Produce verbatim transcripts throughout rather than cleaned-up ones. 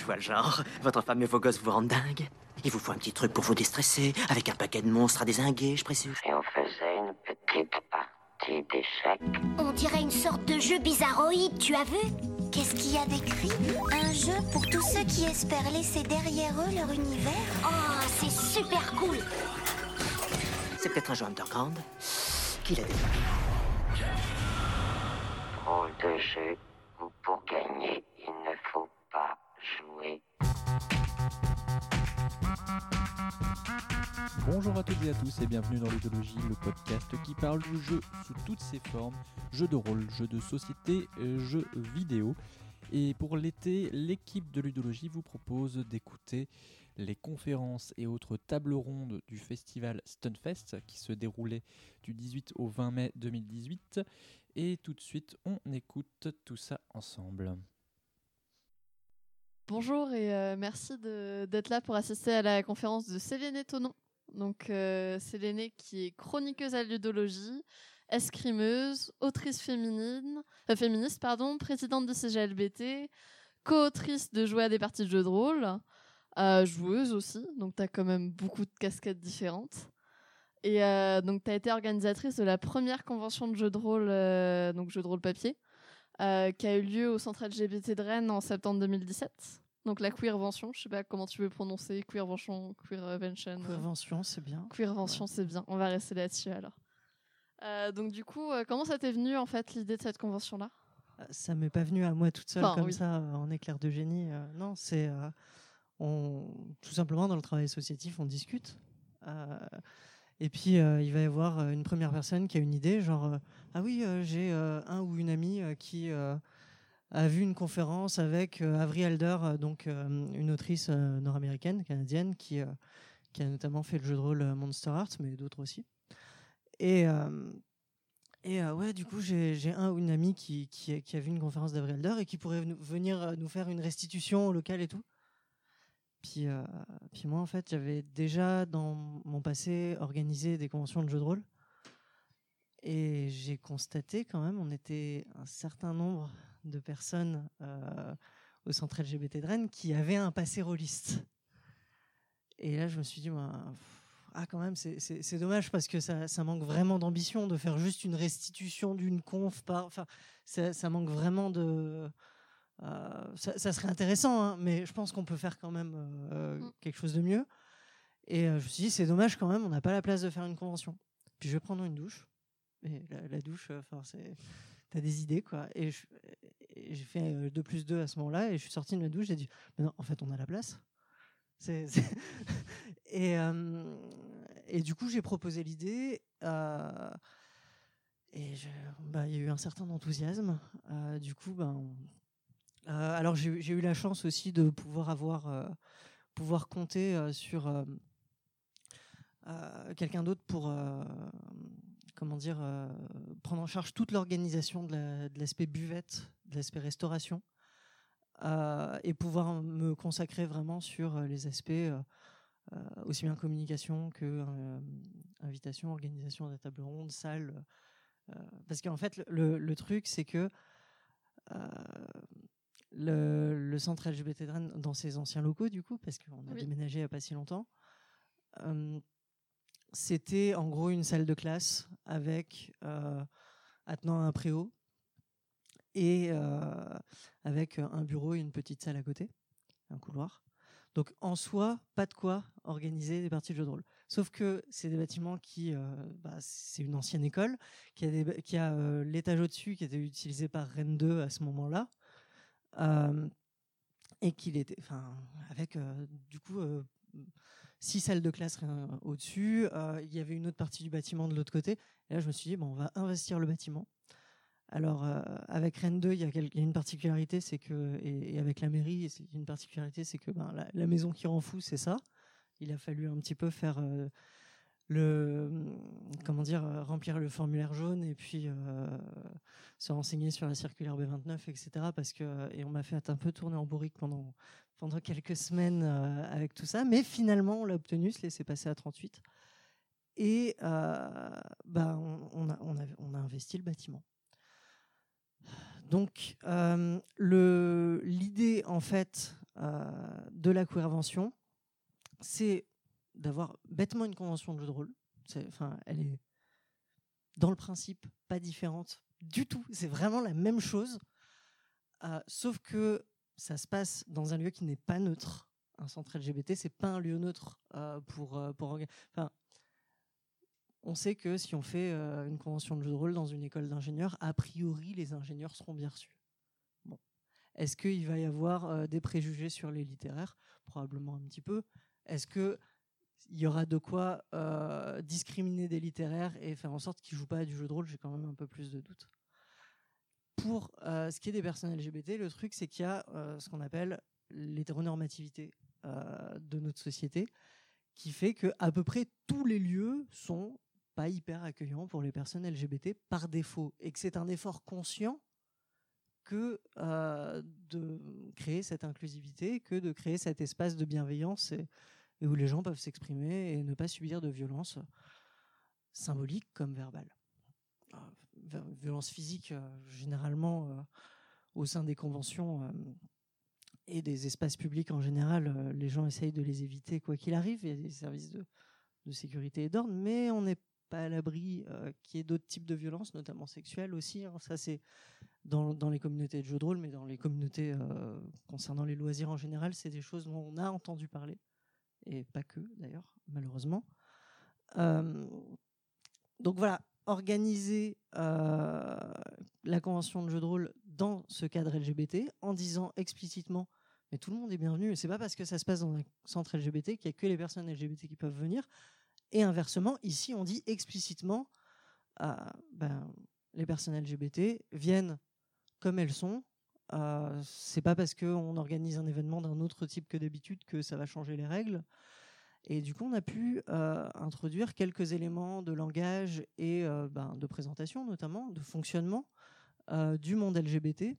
je vois le genre. Votre femme et vos gosses vous rendent dingue. Il vous faut un petit truc pour vous déstresser, avec un paquet de monstres à dézinguer, je précise. Et on faisait une petite partie d'échecs. On dirait une sorte de jeu bizarroïde, tu as vu? Qu'est-ce qu'il y a d'écrit? Un jeu pour tous ceux qui espèrent laisser derrière eux leur univers? Oh, c'est super cool. C'est peut-être un jeu underground. Qui l'a dit? Drôle de jeu où pour gagner, il ne faut pas jouer. Bonjour à toutes et à tous et bienvenue dans Ludologie, le podcast qui parle du jeu sous toutes ses formes, jeux de rôle, jeux de société, jeux vidéo. Et pour l'été, l'équipe de Ludologie vous propose d'écouter les conférences et autres tables rondes du festival Stunfest qui se déroulait du dix-huit au vingt mai deux mille dix-huit. Et tout de suite, on écoute tout ça ensemble. Bonjour et euh, merci de, d'être là pour assister à la conférence de Séléné Tonon. Donc euh, Séléné qui est chroniqueuse à Ludologie, escrimeuse, autrice féminine, euh, féministe, pardon, présidente du C G L B T, co-autrice de Jouer à des parties de jeux de rôle, euh, joueuse aussi, donc t'as quand même beaucoup de casquettes différentes. Et euh, donc t'as été organisatrice de la première convention de jeux de rôle, euh, donc jeux de rôle papier, euh, qui a eu lieu au centre L G B T de Rennes en septembre deux mille dix-sept. Donc la Queervention, je sais pas comment tu veux prononcer, Queervention, Queervention. Queervention, c'est bien. Queervention, ouais. C'est bien. On va rester là-dessus alors. Euh, donc du coup, euh, comment ça t'est venu en fait l'idée de cette convention-là? Ça m'est pas venu à moi toute seule enfin, comme oui. ça en éclair de génie. Euh, non, c'est euh, on tout simplement dans le travail associatif, on discute. Euh, et puis euh, il va y avoir une première personne qui a une idée, genre euh, ah oui, euh, j'ai euh, un ou une amie euh, qui euh, a vu une conférence avec euh, Avery Alder, euh, donc euh, une autrice euh, nord-américaine, canadienne, qui, euh, qui a notamment fait le jeu de rôle Monster Hearts, mais d'autres aussi. Et, euh, et euh, ouais, du coup, j'ai, j'ai un ou une amie qui, qui, qui a vu une conférence d'Avery Alder et qui pourrait nous, venir nous faire une restitution locale et tout. Puis, euh, puis moi, en fait, j'avais déjà, dans mon passé, organisé des conventions de jeux de rôle. Et j'ai constaté quand même, on était un certain nombre de personnes euh, au centre L G B T de Rennes qui avaient un passé rôliste. Et là, je me suis dit, bah, pff, ah, quand même, c'est, c'est, c'est dommage parce que ça, ça manque vraiment d'ambition de faire juste une restitution d'une conf. Par, enfin, ça, ça manque vraiment de. Euh, ça, ça serait intéressant, hein, mais je pense qu'on peut faire quand même euh, mm. quelque chose de mieux. Et euh, je me suis dit, c'est dommage quand même, on n'a pas la place de faire une convention. Puis je vais prendre une douche. Et la, la douche, enfin, c'est, t'as des idées, quoi. Et, je, et j'ai fait deux plus deux à ce moment-là, et je suis sorti de ma douche, j'ai dit, mais non, en fait, on a la place. C'est, c'est et, euh, et du coup, j'ai proposé l'idée, euh, et je, bah, y a eu un certain enthousiasme. Euh, du coup, ben, on, euh, alors j'ai, j'ai eu la chance aussi de pouvoir avoir, euh, pouvoir compter euh, sur euh, euh, quelqu'un d'autre pour euh, comment dire, euh, prendre en charge toute l'organisation de, la, de l'aspect buvette, de l'aspect restauration, euh, et pouvoir me consacrer vraiment sur les aspects euh, euh, aussi bien communication que euh, invitation, organisation des tables rondes, salles. Euh, parce qu'en fait, le, le truc, c'est que euh, le, le centre L G B T de Rennes, dans ses anciens locaux, du coup, parce qu'on a oui. déménagé il n'y a pas si longtemps, euh, c'était en gros une salle de classe avec euh, attenant un préau et euh, avec un bureau et une petite salle à côté, un couloir. Donc en soi, pas de quoi organiser des parties de jeux de rôle. Sauf que c'est des bâtiments qui, euh, bah, c'est une ancienne école qui a, des, qui a euh, l'étage au-dessus qui était utilisé par Rennes deux à ce moment-là, euh, et qu'il était, enfin, avec euh, du coup. Euh, six salles de classe euh, au-dessus, euh, il y avait une autre partie du bâtiment de l'autre côté, et là je me suis dit, bon, on va investir le bâtiment. Alors euh, avec Rennes deux, il y, y a une particularité, c'est que, et, et avec la mairie, c'est une particularité, c'est que ben, la, la maison qui rend fou, c'est ça. Il a fallu un petit peu faire euh, le, comment dire, remplir le formulaire jaune et puis euh, se renseigner sur la circulaire B vingt-neuf, et cetera. Parce que, et on m'a fait un peu tourner en bourrique pendant pendant quelques semaines euh, avec tout ça, mais finalement on l'a obtenu, se laisser passer à trente-huit, et euh, bah, on, on, a, on, a, on a investi le bâtiment. Donc euh, le, l'idée en fait euh, de la queervention, c'est d'avoir bêtement une convention de jeu de rôle. C'est, enfin, elle est dans le principe pas différente du tout. C'est vraiment la même chose, euh, sauf que ça se passe dans un lieu qui n'est pas neutre. Un centre L G B T, c'est pas un lieu neutre euh, pour euh, pour. Enfin, on sait que si on fait euh, une convention de jeu de rôle dans une école d'ingénieurs, a priori, les ingénieurs seront bien reçus. Bon. Est-ce qu'il va y avoir euh, des préjugés sur les littéraires ? Probablement un petit peu. Est-ce qu'il y aura de quoi euh, discriminer des littéraires et faire en sorte qu'ils ne jouent pas à du jeu de rôle ? J'ai quand même un peu plus de doutes. Pour euh, ce qui est des personnes L G B T, le truc, c'est qu'il y a euh, ce qu'on appelle l'hétéronormativité euh, de notre société, qui fait qu'à peu près tous les lieux sont pas hyper accueillants pour les personnes L G B T par défaut, et que c'est un effort conscient que euh, de créer cette inclusivité, que de créer cet espace de bienveillance et, et où les gens peuvent s'exprimer et ne pas subir de violence symbolique comme verbale. Euh, violence physique, euh, généralement, euh, au sein des conventions euh, et des espaces publics en général, euh, les gens essayent de les éviter quoi qu'il arrive. Il y a des services de, de sécurité et d'ordre, mais on n'est pas à l'abri euh, qu'il y ait d'autres types de violences, notamment sexuelles aussi. Hein. Ça, c'est dans, dans les communautés de jeux de rôle, mais dans les communautés euh, concernant les loisirs en général, c'est des choses dont on a entendu parler, et pas que d'ailleurs, malheureusement. Euh, donc voilà, organiser euh, la convention de jeu de rôle dans ce cadre L G B T en disant explicitement mais tout le monde est bienvenu, et c'est pas parce que ça se passe dans un centre L G B T qu'il y a que les personnes L G B T qui peuvent venir, et inversement ici on dit explicitement euh, ben, les personnes L G B T viennent comme elles sont, euh, c'est pas parce qu'on organise un événement d'un autre type que d'habitude que ça va changer les règles. Et du coup, on a pu euh, introduire quelques éléments de langage et euh, ben, de présentation, notamment, de fonctionnement euh, du monde L G B T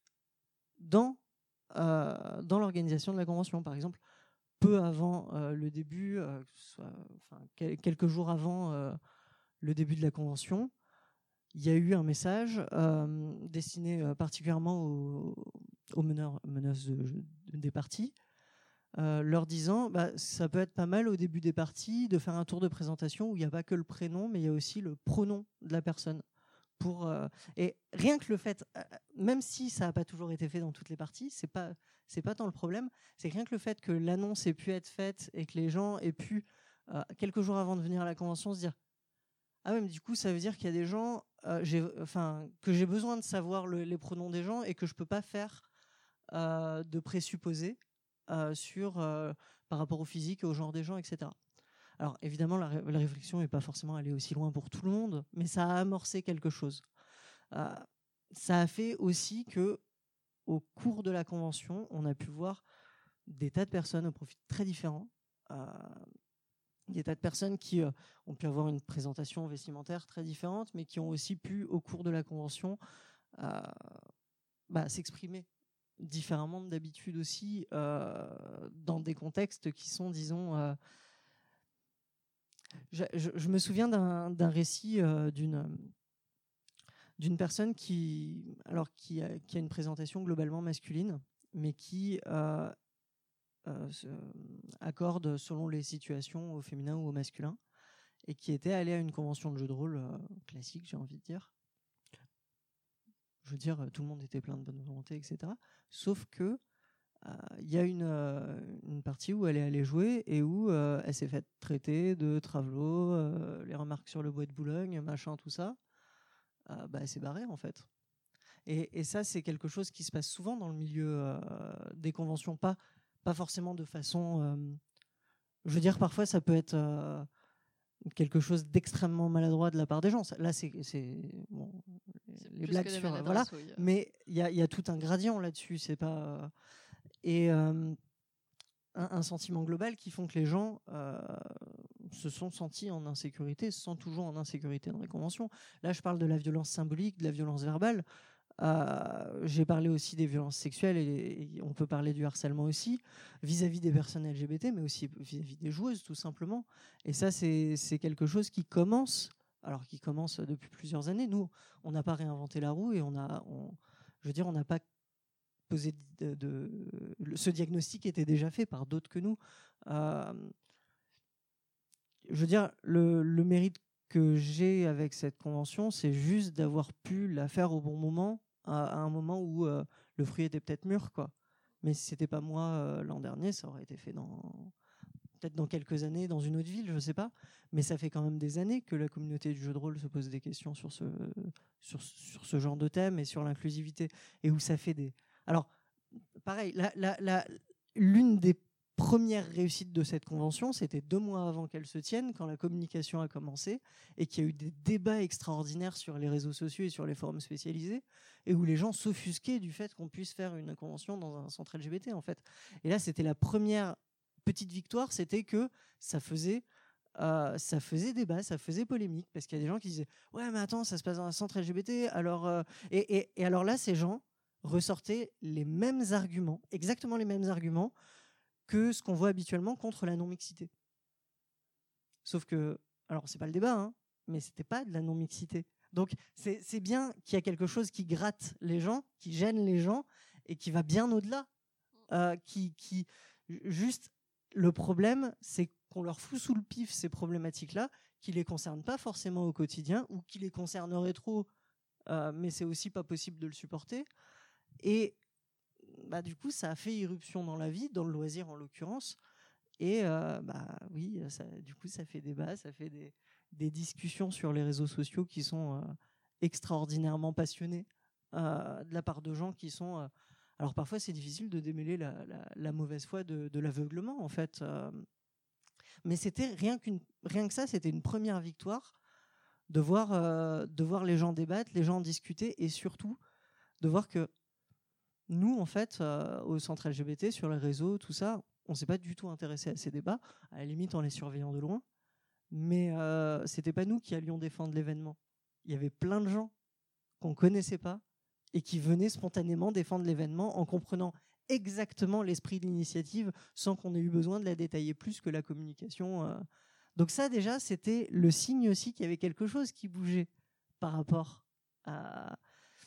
dans, euh, dans l'organisation de la convention. Par exemple, peu avant euh, le début, euh, soit, enfin, quel, quelques jours avant euh, le début de la convention, il y a eu un message euh, destiné euh, particulièrement aux, aux meneurs, meneuses de, de, des parties, Euh, leur disant bah, ça peut être pas mal au début des parties de faire un tour de présentation où il n'y a pas que le prénom mais il y a aussi le pronom de la personne pour, euh, et rien que le fait euh, même si ça n'a pas toujours été fait dans toutes les parties, c'est pas, c'est pas tant le problème, c'est rien que le fait que l'annonce ait pu être faite et que les gens aient pu euh, quelques jours avant de venir à la convention se dire ah ouais mais du coup ça veut dire qu'il y a des gens euh, j'ai, enfin, que j'ai besoin de savoir le, les pronoms des gens et que je peux pas faire euh, de présupposés Euh, sur, euh, par rapport au physique et au genre des gens, et cetera. Alors évidemment, la, ré- la réflexion n'est pas forcément allée aussi loin pour tout le monde, mais ça a amorcé quelque chose. Euh, ça a fait aussi que, au cours de la convention, on a pu voir des tas de personnes au profil très différents, euh, des tas de personnes qui euh, ont pu avoir une présentation vestimentaire très différente, mais qui ont aussi pu, au cours de la convention, euh, bah, s'exprimer différemment d'habitude aussi, euh, dans des contextes qui sont, disons... Euh, je, je, je me souviens d'un, d'un récit euh, d'une, d'une personne qui, alors, qui, a, qui a une présentation globalement masculine, mais qui euh, euh, se accorde selon les situations au féminin ou au masculin, et qui était allée à une convention de jeu de rôle euh, classique, j'ai envie de dire. Je veux dire, tout le monde était plein de bonne volonté, et cetera. Sauf que il euh, y a une, euh, une partie où elle est allée jouer et où euh, elle s'est faite traiter de travelot, euh, les remarques sur le bois de Boulogne, machin, tout ça. Euh, bah, elle s'est barrée, en fait. Et, et ça, c'est quelque chose qui se passe souvent dans le milieu euh, des conventions. Pas, pas forcément de façon... Euh, je veux dire, parfois, ça peut être... Euh, quelque chose d'extrêmement maladroit de la part des gens. Là, c'est, c'est, bon, c'est les blagues sur... Voilà, oui. mais il y a, y a tout un gradient là-dessus. C'est pas... Euh, et euh, un, un sentiment global qui font que les gens euh, se sont sentis en insécurité, se sentent toujours en insécurité dans les conventions. Là, je parle de la violence symbolique, de la violence verbale. Euh, j'ai parlé aussi des violences sexuelles et, et on peut parler du harcèlement aussi vis-à-vis des personnes L G B T, mais aussi vis-à-vis des joueuses, tout simplement. Et ça, c'est, c'est quelque chose qui commence, alors qui commence depuis plusieurs années. Nous, on n'a pas réinventé la roue et on a, on, je veux dire, on n'a pas posé de, de, de, ce diagnostic était déjà fait par d'autres que nous. Euh, je veux dire, le, le mérite que j'ai avec cette convention, c'est juste d'avoir pu la faire au bon moment, à, à un moment où euh, le fruit était peut-être mûr, quoi. Mais si c'était pas moi euh, l'an dernier, ça aurait été fait dans peut-être dans quelques années, dans une autre ville, je sais pas. Mais ça fait quand même des années que la communauté du jeu de rôle se pose des questions sur ce sur, sur ce genre de thème et sur l'inclusivité, et où ça fait des. Alors, pareil, la, la, la, l'une des première réussite de cette convention, c'était deux mois avant qu'elle se tienne, quand la communication a commencé et qu'il y a eu des débats extraordinaires sur les réseaux sociaux et sur les forums spécialisés, et où les gens s'offusquaient du fait qu'on puisse faire une convention dans un centre L G B T, en fait. Et là, c'était la première petite victoire, c'était que ça faisait, euh, ça faisait débat, ça faisait polémique, parce qu'il y a des gens qui disaient « Ouais, mais attends, ça se passe dans un centre L G B T, alors… Euh, » et, et, et alors là, ces gens ressortaient les mêmes arguments, exactement les mêmes arguments, que ce qu'on voit habituellement contre la non-mixité. Sauf que, alors c'est pas le débat, hein, mais c'était pas de la non-mixité. Donc c'est, c'est bien qu'il y a quelque chose qui gratte les gens, qui gêne les gens, et qui va bien au-delà. Euh, qui, qui, juste, le problème, c'est qu'on leur fout sous le pif ces problématiques-là, qui les concernent pas forcément au quotidien, ou qui les concerneraient trop, euh, mais c'est aussi pas possible de le supporter. Et bah, du coup, ça a fait irruption dans la vie, dans le loisir en l'occurrence. Et euh, bah, oui, ça, du coup, ça fait débat, ça fait des, des discussions sur les réseaux sociaux qui sont euh, extraordinairement passionnées euh, de la part de gens qui sont... Euh, alors parfois, c'est difficile de démêler la, la, la mauvaise foi de, de l'aveuglement, en fait. Euh, mais c'était rien, qu'une, rien que ça, c'était une première victoire de voir, euh, de voir les gens débattre, les gens discuter, et surtout de voir que nous, en fait, euh, au centre L G B T, sur les réseaux, tout ça, on ne s'est pas du tout intéressé à ces débats, à la limite en les surveillant de loin, mais euh, ce n'était pas nous qui allions défendre l'événement. Il y avait plein de gens qu'on ne connaissait pas et qui venaient spontanément défendre l'événement en comprenant exactement l'esprit de l'initiative sans qu'on ait eu besoin de la détailler plus que la communication. Euh. Donc ça, déjà, c'était le signe aussi qu'il y avait quelque chose qui bougeait par rapport à...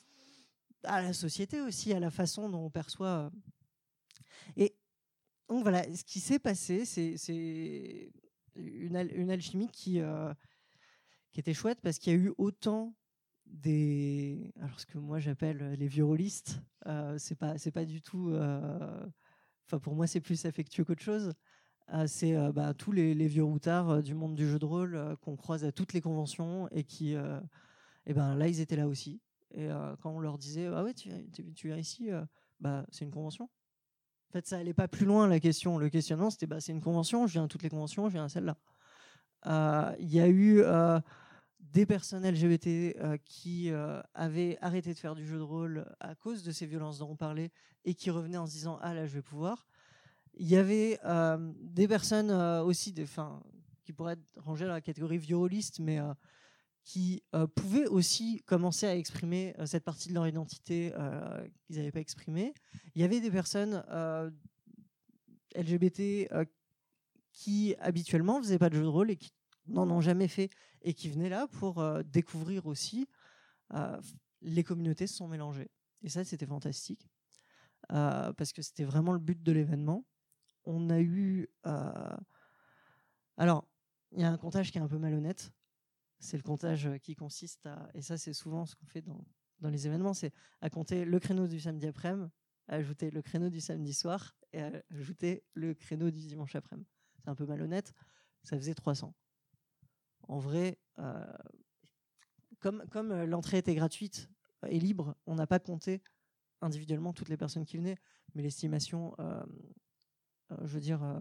à la société aussi, à la façon dont on perçoit. Et donc voilà, ce qui s'est passé, c'est, c'est une, al- une alchimie qui, euh, qui était chouette, parce qu'il y a eu autant des... Alors ce que moi j'appelle les vieux rôlistes, euh, c'est pas, c'est pas du tout... Euh, enfin pour moi c'est plus affectueux qu'autre chose. Euh, c'est euh, bah, tous les, les vieux routards euh, du monde du jeu de rôle euh, qu'on croise à toutes les conventions, et qui... Euh, et ben là ils étaient là aussi. Et euh, quand on leur disait ah ouais tu, tu, tu viens ici, euh, bah c'est une convention. En fait ça allait pas plus loin, la question. Le questionnement c'était bah c'est une convention, je viens à toutes les conventions, je viens à celle-là. Il euh, y a eu euh, des personnes L G B T euh, qui euh, avaient arrêté de faire du jeu de rôle à cause de ces violences dont on parlait, et qui revenaient en se disant ah là je vais pouvoir. Il y avait euh, des personnes euh, aussi, des, fin, qui pourraient être rangées dans la catégorie violiste, mais euh, qui euh, pouvaient aussi commencer à exprimer euh, cette partie de leur identité euh, qu'ils n'avaient pas exprimée. Il y avait des personnes euh, L G B T euh, qui habituellement ne faisaient pas de jeu de rôle et qui n'en ont jamais fait, et qui venaient là pour euh, découvrir aussi. Euh, les communautés se sont mélangées. Et ça, c'était fantastique. Euh, parce que c'était vraiment le but de l'événement. On a eu... Euh... Alors, il y a un comptage qui est un peu malhonnête. C'est le comptage qui consiste à, et ça c'est souvent ce qu'on fait dans, dans les événements, c'est à compter le créneau du samedi après-midi, à ajouter le créneau du samedi soir, et à ajouter le créneau du dimanche après-midi. C'est un peu malhonnête, ça faisait trois cents. En vrai, euh, comme, comme l'entrée était gratuite et libre, on n'a pas compté individuellement toutes les personnes qui venaient, mais l'estimation, euh, euh, je veux dire... Euh,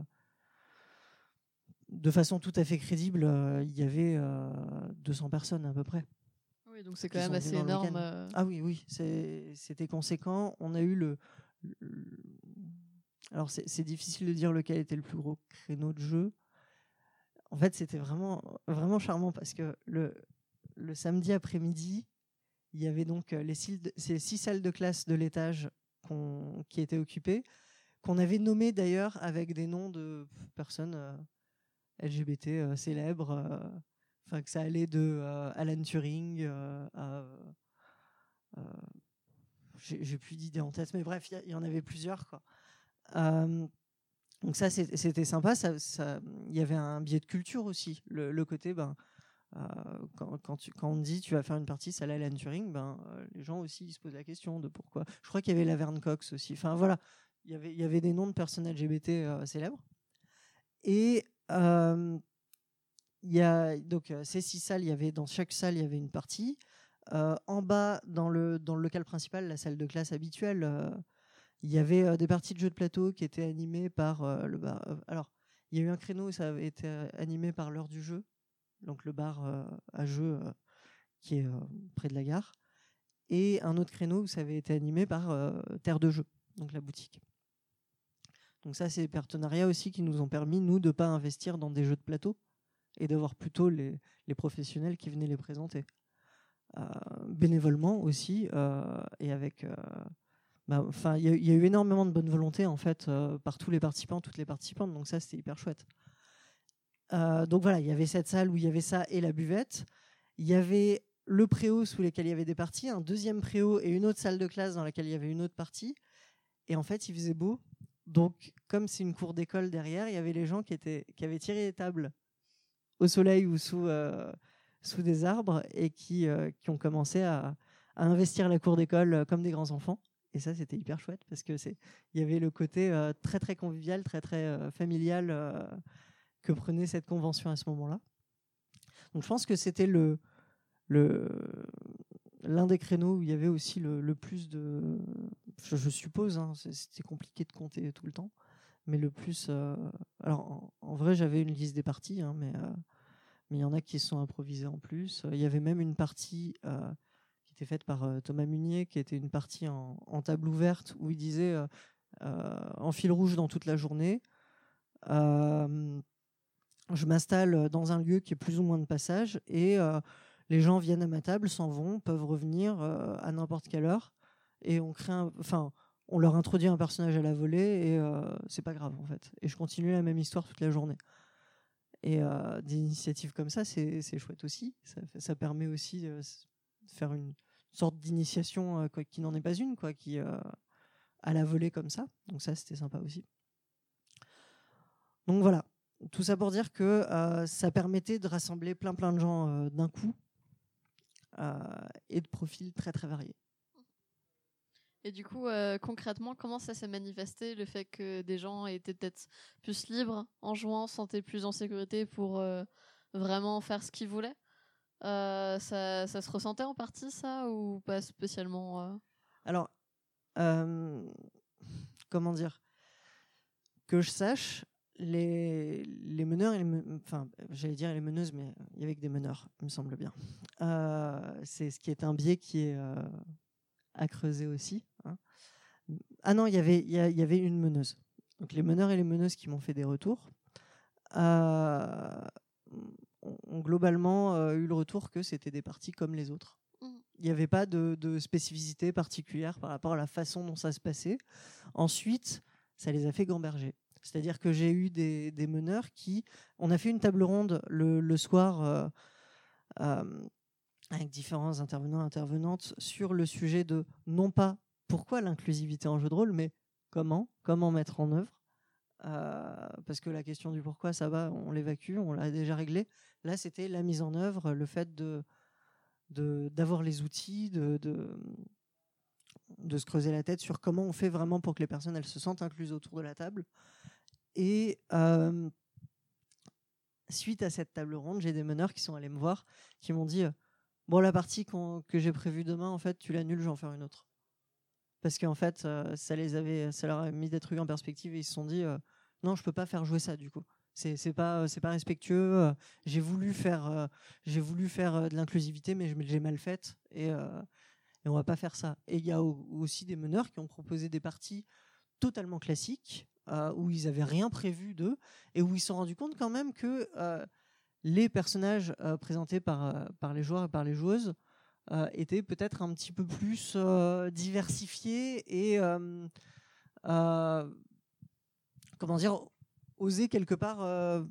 de façon tout à fait crédible, euh, il y avait euh, deux cents personnes à peu près. Oui, donc c'est quand même assez énorme. Euh... Ah oui, oui, c'est, c'était conséquent. On a eu le... le... Alors c'est, c'est difficile de dire lequel était le plus gros créneau de jeu. En fait, c'était vraiment, vraiment charmant, parce que le, le samedi après-midi, il y avait donc les six, ces six salles de classe de l'étage qu'on, qui étaient occupées, qu'on avait nommées d'ailleurs avec des noms de personnes... Euh, L G B T euh, célèbres, enfin euh, que ça allait de euh, Alan Turing euh, à, euh, j'ai, j'ai plus d'idées en tête, mais bref, il y, y en avait plusieurs, quoi. Euh, donc ça, c'est, c'était sympa. Ça, ça, il y avait un biais de culture aussi. Le, le côté, ben, euh, quand, quand, tu, quand on te dit tu vas faire une partie salle Alan Turing, ben, euh, les gens aussi ils se posent la question de pourquoi. Je crois qu'il y avait Laverne Cox aussi. Enfin voilà, il y avait, il y avait des noms de personnes L G B T euh, célèbres. Et euh, il y a donc euh, ces six salles. Il y avait dans chaque salle il y avait une partie. Euh, en bas dans le dans le local principal, la salle de classe habituelle. Euh, Il y avait euh, des parties de jeux de plateau qui étaient animées par euh, le bar. Euh, alors, il y a eu un créneau où ça avait été euh, animé par l'heure du jeu, donc le bar euh, à jeu euh, qui est euh, près de la gare, et un autre créneau où ça avait été animé par euh, Terre de jeu, donc la boutique. Donc ça, c'est des partenariats aussi qui nous ont permis, nous, de ne pas investir dans des jeux de plateau et d'avoir plutôt les, les professionnels qui venaient les présenter. Euh, bénévolement aussi, euh, et avec... Euh, Enfin, il y, y a eu énormément de bonne volonté en fait euh, par tous les participants, toutes les participantes. Donc ça, c'était hyper chouette. Euh, donc voilà, il y avait cette salle où il y avait ça et la buvette. Il y avait le préau sous lequel il y avait des parties, un deuxième préau et une autre salle de classe dans laquelle il y avait une autre partie. Et en fait, il faisait beau. Donc, comme c'est une cour d'école derrière, il y avait les gens qui étaient qui avaient tiré les tables au soleil ou sous euh, sous des arbres et qui euh, qui ont commencé à, à investir la cour d'école comme des grands enfants. Et ça, c'était hyper chouette parce que c'est, il y avait le côté euh, très très convivial, très très euh, familial euh, que prenait cette convention à ce moment-là. Donc, je pense que c'était le, le l'un des créneaux où il y avait aussi le, le plus de, je, je suppose, hein, c'était compliqué de compter tout le temps, mais le plus. Euh, alors, en, en vrai, j'avais une liste des parties, hein, mais euh, mais il y en a qui se sont improvisés en plus. Il y avait même une partie. Euh, qui était faite par euh, Thomas Munier, qui était une partie en, en table ouverte, où il disait euh, euh, en fil rouge dans toute la journée, euh, je m'installe dans un lieu qui est plus ou moins de passage, et euh, les gens viennent à ma table, s'en vont, peuvent revenir euh, à n'importe quelle heure, et on crée un, enfin, on leur introduit un personnage à la volée, et euh, c'est pas grave en fait. Et je continue la même histoire toute la journée. Et euh, des initiatives comme ça, c'est, c'est chouette aussi. Ça, ça permet aussi de faire une sorte d'initiation euh, quoi, qui n'en est pas une, quoi, qui euh, à la volée comme ça. Donc ça, c'était sympa aussi. Donc voilà, tout ça pour dire que euh, ça permettait de rassembler plein plein de gens euh, d'un coup euh, et de profils très très variés. Et du coup, euh, concrètement, comment ça s'est manifesté, le fait que des gens étaient peut-être plus libres en jouant, se sentaient plus en sécurité pour euh, vraiment faire ce qu'ils voulaient? Euh, ça, ça se ressentait en partie, ça, ou pas spécialement euh... Alors, euh, comment dire, que je sache, les, les meneurs, et les me... enfin, j'allais dire les meneuses, mais il y avait que des meneurs, il me semble bien. Euh, c'est ce qui est un biais qui est euh, à creuser aussi. Hein. Ah non, il y avait, il y, y avait une meneuse. Donc les meneurs et les meneuses qui m'ont fait des retours. Euh, ont globalement euh, eu le retour que c'était des parties comme les autres. Il n'y avait pas de, de spécificité particulière par rapport à la façon dont ça se passait. Ensuite, ça les a fait gamberger. C'est-à-dire que j'ai eu des, des meneurs qui... On a fait une table ronde le, le soir euh, euh, avec différents intervenants et intervenantes sur le sujet de, non pas pourquoi l'inclusivité en jeu de rôle, mais comment, comment mettre en œuvre. Euh, parce que la question du pourquoi, ça va, on l'évacue, on l'a déjà réglé. Là, c'était la mise en œuvre, le fait de, de, d'avoir les outils, de, de, de se creuser la tête sur comment on fait vraiment pour que les personnes elles se sentent incluses autour de la table. Et euh, suite à cette table ronde, j'ai des meneurs qui sont allés me voir, qui m'ont dit bon, la partie qu'on, que j'ai prévue demain, en fait, tu l'annules, je vais en faire une autre. Parce qu'en fait, euh, ça, les avait, ça leur a mis des trucs en perspective et ils se sont dit euh, non, je peux pas faire jouer ça du coup. C'est, c'est pas, c'est pas respectueux. Euh, j'ai voulu faire, euh, j'ai voulu faire euh, de l'inclusivité, mais je, j'ai mal faite et, euh, et on va pas faire ça. Et il y a au, aussi des meneurs qui ont proposé des parties totalement classiques euh, où ils avaient rien prévu d'eux et où ils se sont rendus compte quand même que euh, les personnages euh, présentés par, euh, par les joueurs et par les joueuses Euh, était peut-être un petit peu plus euh, diversifié et euh, euh, comment dire, oser quelque part euh,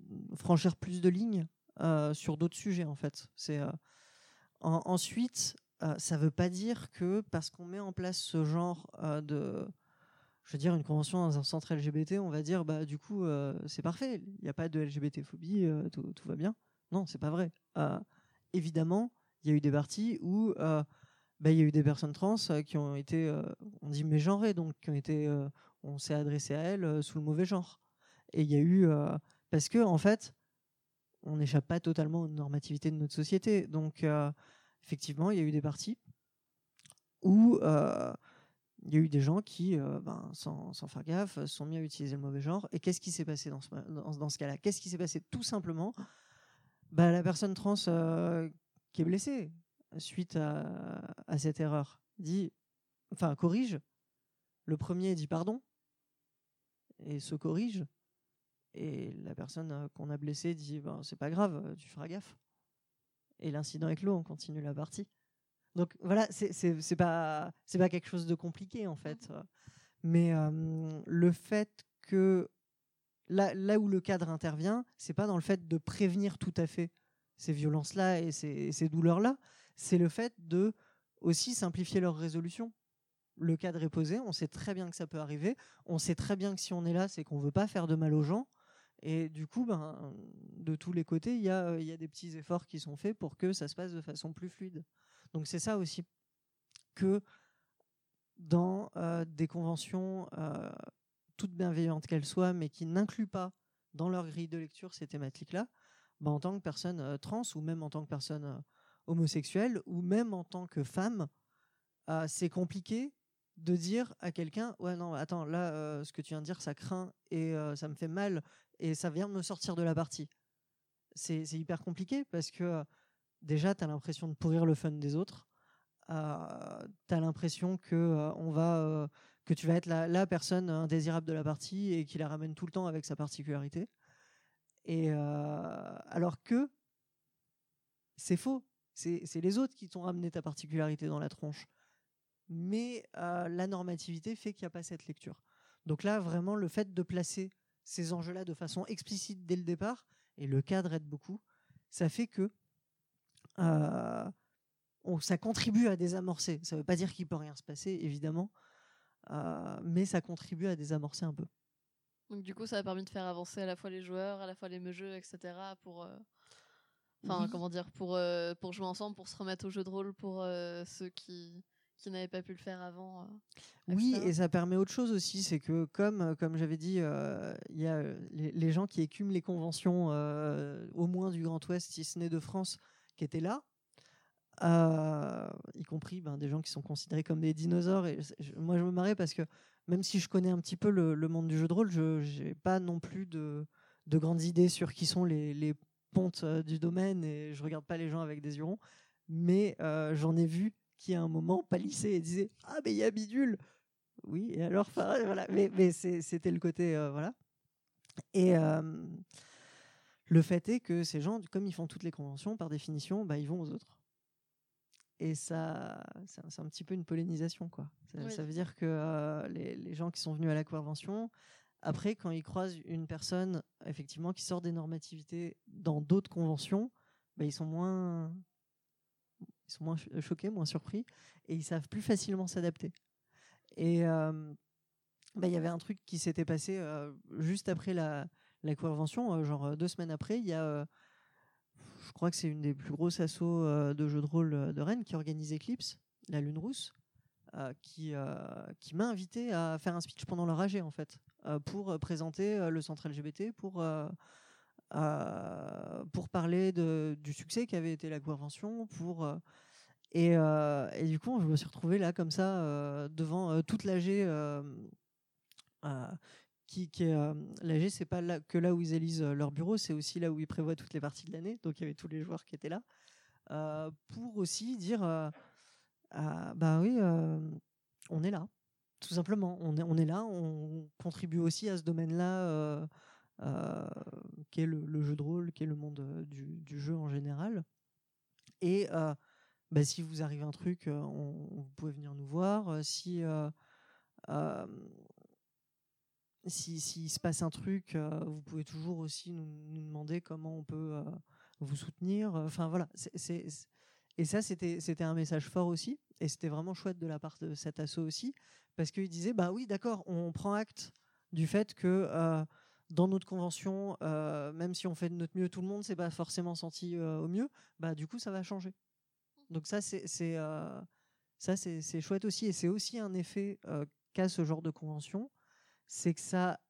franchir plus de lignes euh, sur d'autres sujets en fait. C'est, euh, en, ensuite, euh, ça ne veut pas dire que parce qu'on met en place ce genre euh, de, je veux dire, une convention dans un centre L G B T, on va dire, bah du coup, euh, c'est parfait, il n'y a pas de L G B T-phobie, euh, tout, tout va bien. Non, c'est pas vrai. Euh, évidemment, il y a eu des parties où euh, bah, il y a eu des personnes trans euh, qui ont été, euh, on dit mégenrées, donc qui ont été, euh, on s'est adressé à elles euh, sous le mauvais genre. Et il y a eu, euh, parce que en fait, on n'échappe pas totalement aux normativités de notre société. Donc, euh, effectivement, il y a eu des parties où euh, il y a eu des gens qui, euh, ben, sans, sans faire gaffe, se sont mis à utiliser le mauvais genre. Et qu'est-ce qui s'est passé dans ce, dans, dans ce cas-là? Qu'est-ce qui s'est passé? Tout simplement, bah, la personne trans euh, qui est blessée suite à, à cette erreur dit, enfin, corrige. Le premier dit pardon et se corrige. Et la personne qu'on a blessée dit ben, c'est pas grave, tu feras gaffe. Et l'incident est clos, on continue la partie. Donc voilà, c'est, c'est, c'est, pas, c'est pas quelque chose de compliqué en fait. Mais euh, le fait que là, là où le cadre intervient, c'est pas dans le fait de prévenir tout à fait ces violences-là et ces, ces douleurs-là, c'est le fait de aussi simplifier leur résolution. Le cadre est posé, on sait très bien que ça peut arriver, on sait très bien que si on est là, c'est qu'on veut pas faire de mal aux gens. Et du coup, ben, de tous les côtés, il y a, y a des petits efforts qui sont faits pour que ça se passe de façon plus fluide. Donc c'est ça aussi que dans euh, des conventions, euh, toutes bienveillantes qu'elles soient, mais qui n'incluent pas dans leur grille de lecture ces thématiques-là, ben, en tant que personne euh, trans, ou même en tant que personne euh, homosexuelle, ou même en tant que femme, euh, c'est compliqué de dire à quelqu'un ouais non attends là euh, ce que tu viens de dire ça craint et euh, ça me fait mal et ça vient me sortir de la partie. C'est, c'est hyper compliqué parce que euh, déjà tu as l'impression de pourrir le fun des autres, euh, tu as l'impression que euh, on va euh, que tu vas être la, la personne indésirable de la partie et qui la ramène tout le temps avec sa particularité, et euh, alors que c'est faux, c'est, c'est les autres qui t'ont ramené ta particularité dans la tronche. Mais euh, la normativité fait qu'il n'y a pas cette lecture. Donc là, vraiment, le fait de placer ces enjeux-là de façon explicite dès le départ, et le cadre aide beaucoup, ça fait que euh, on, ça contribue à désamorcer. Ça ne veut pas dire qu'il ne peut rien se passer, évidemment, euh, mais ça contribue à désamorcer un peu. Donc du coup, ça a permis de faire avancer à la fois les joueurs, à la fois les meugeux, et cetera. Pour, euh... enfin, Oui. comment dire, pour euh, pour jouer ensemble, pour se remettre au jeu de rôle, pour euh, ceux qui qui n'avaient pas pu le faire avant. Euh, oui, et cetera. Et ça permet autre chose aussi, c'est que comme comme j'avais dit, il euh, y a les, les gens qui écument les conventions, euh, au moins du Grand Ouest, si ce n'est de France, qui étaient là. Euh, y compris ben, des gens qui sont considérés comme des dinosaures. Et je, moi, je me marrais parce que même si je connais un petit peu le, le monde du jeu de rôle, je n'ai pas non plus de, de grandes idées sur qui sont les, les pontes euh, du domaine, et je regarde pas les gens avec des yeux ronds. Mais euh, j'en ai vu qui, à un moment, pâlissaient et disaient « Ah, mais il y a bidule !» Oui, et alors, voilà. Mais, mais c'est, c'était le côté... Euh, voilà. Et... Euh, le fait est que ces gens, comme ils font toutes les conventions, par définition, bah, ils vont aux autres. Et ça, c'est un, c'est un petit peu une pollinisation, quoi. Ça, Oui. ça veut dire que euh, les, les gens qui sont venus à la convention, après, quand ils croisent une personne, effectivement, qui sort des normativités dans d'autres conventions, bah, ils sont moins, ils sont moins choqués, moins surpris, et ils savent plus facilement s'adapter. Et euh, bah, y avait un truc qui s'était passé euh, juste après la, la convention, euh, genre deux semaines après, il y a... Euh, je crois que c'est une des plus grosses assos euh, de jeux de rôle de Rennes qui organise Eclipse, la Lune Rousse, euh, qui, euh, qui m'a invité à faire un speech pendant leur A G, en fait, euh, pour présenter euh, le centre L G B T, pour, euh, euh, pour parler de, du succès qu'avait été la convention, pour... Euh, et, euh, et du coup, je me suis retrouvé là, comme ça, euh, devant euh, toute l'A G... Euh, euh, Qui, qui est, euh, l'A G, c'est pas là, que là où ils élisent euh, leur bureau, c'est aussi là où ils prévoient toutes les parties de l'année. Donc il y avait tous les joueurs qui étaient là euh, pour aussi dire euh, euh, bah oui, euh, on est là, tout simplement. On est, on est là, on contribue aussi à ce domaine-là euh, euh, qui est le, le jeu de rôle, qui est le monde euh, du, du jeu en général. Et euh, bah, si vous arrive un truc, euh, on, vous pouvez venir nous voir. Si euh, euh, Si, s'il se passe un truc, euh, vous pouvez toujours aussi nous, nous demander comment on peut euh, vous soutenir. Enfin voilà, c'est, c'est, c'est... Et ça, c'était, c'était un message fort aussi. Et c'était vraiment chouette de la part de cet asso aussi. Parce qu'il disait, bah oui, d'accord, on prend acte du fait que euh, dans notre convention, euh, même si on fait de notre mieux, tout le monde ne s'est pas forcément senti euh, au mieux. Bah, du coup, ça va changer. Donc ça, c'est, c'est, euh, ça, c'est, c'est chouette aussi. Et c'est aussi un effet euh, qu'a ce genre de convention. C'est que ça,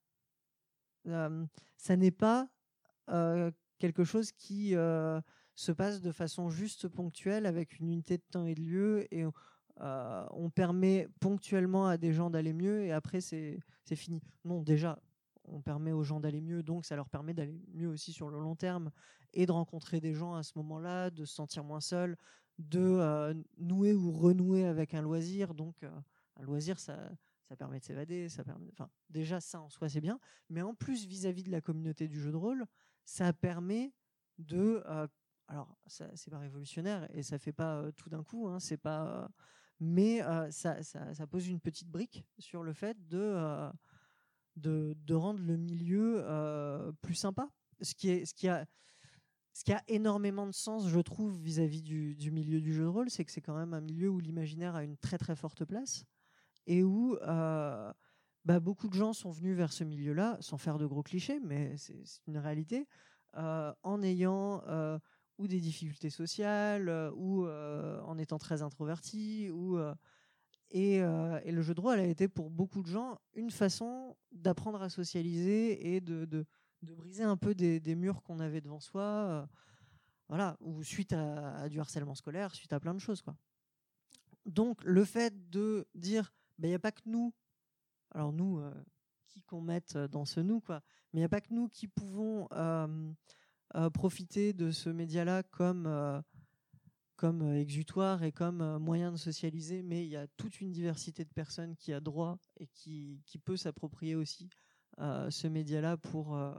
euh, ça n'est pas euh, quelque chose qui euh, se passe de façon juste ponctuelle avec une unité de temps et de lieu. Et euh, on permet ponctuellement à des gens d'aller mieux et après, c'est, c'est fini. Non, déjà, on permet aux gens d'aller mieux, donc ça leur permet d'aller mieux aussi sur le long terme et de rencontrer des gens à ce moment-là, de se sentir moins seul, de euh, nouer ou renouer avec un loisir. Donc, euh, un loisir, ça, ça permet de s'évader. Ça permet, enfin, déjà, ça en soi, c'est bien. Mais en plus, vis-à-vis de la communauté du jeu de rôle, ça permet de... Euh, alors, ça, c'est pas révolutionnaire et ça fait pas euh, tout d'un coup. Hein, c'est pas, euh, mais euh, ça, ça, ça pose une petite brique sur le fait de... Euh, De, de rendre le milieu euh, plus sympa. Ce qui, est, ce, qui a, ce qui a énormément de sens, je trouve, vis-à-vis du, du milieu du jeu de rôle, c'est que c'est quand même un milieu où l'imaginaire a une très très forte place et où euh, bah, beaucoup de gens sont venus vers ce milieu-là, sans faire de gros clichés, mais c'est, c'est une réalité, euh, en ayant euh, ou des difficultés sociales, euh, ou euh, en étant très introvertis, ou... Euh, Et, euh, et le jeu de rôle a été pour beaucoup de gens une façon d'apprendre à socialiser et de, de, de briser un peu des, des murs qu'on avait devant soi, euh, voilà, ou suite à, à du harcèlement scolaire, suite à plein de choses, quoi. Donc le fait de dire, il bah, n'y a pas que nous, alors nous, euh, qui qu'on mette dans ce nous, quoi, mais il n'y a pas que nous qui pouvons euh, euh, profiter de ce média-là comme... Euh, comme exutoire et comme moyen de socialiser, mais il y a toute une diversité de personnes qui a droit et qui, qui peut s'approprier aussi euh, ce média-là pour, euh,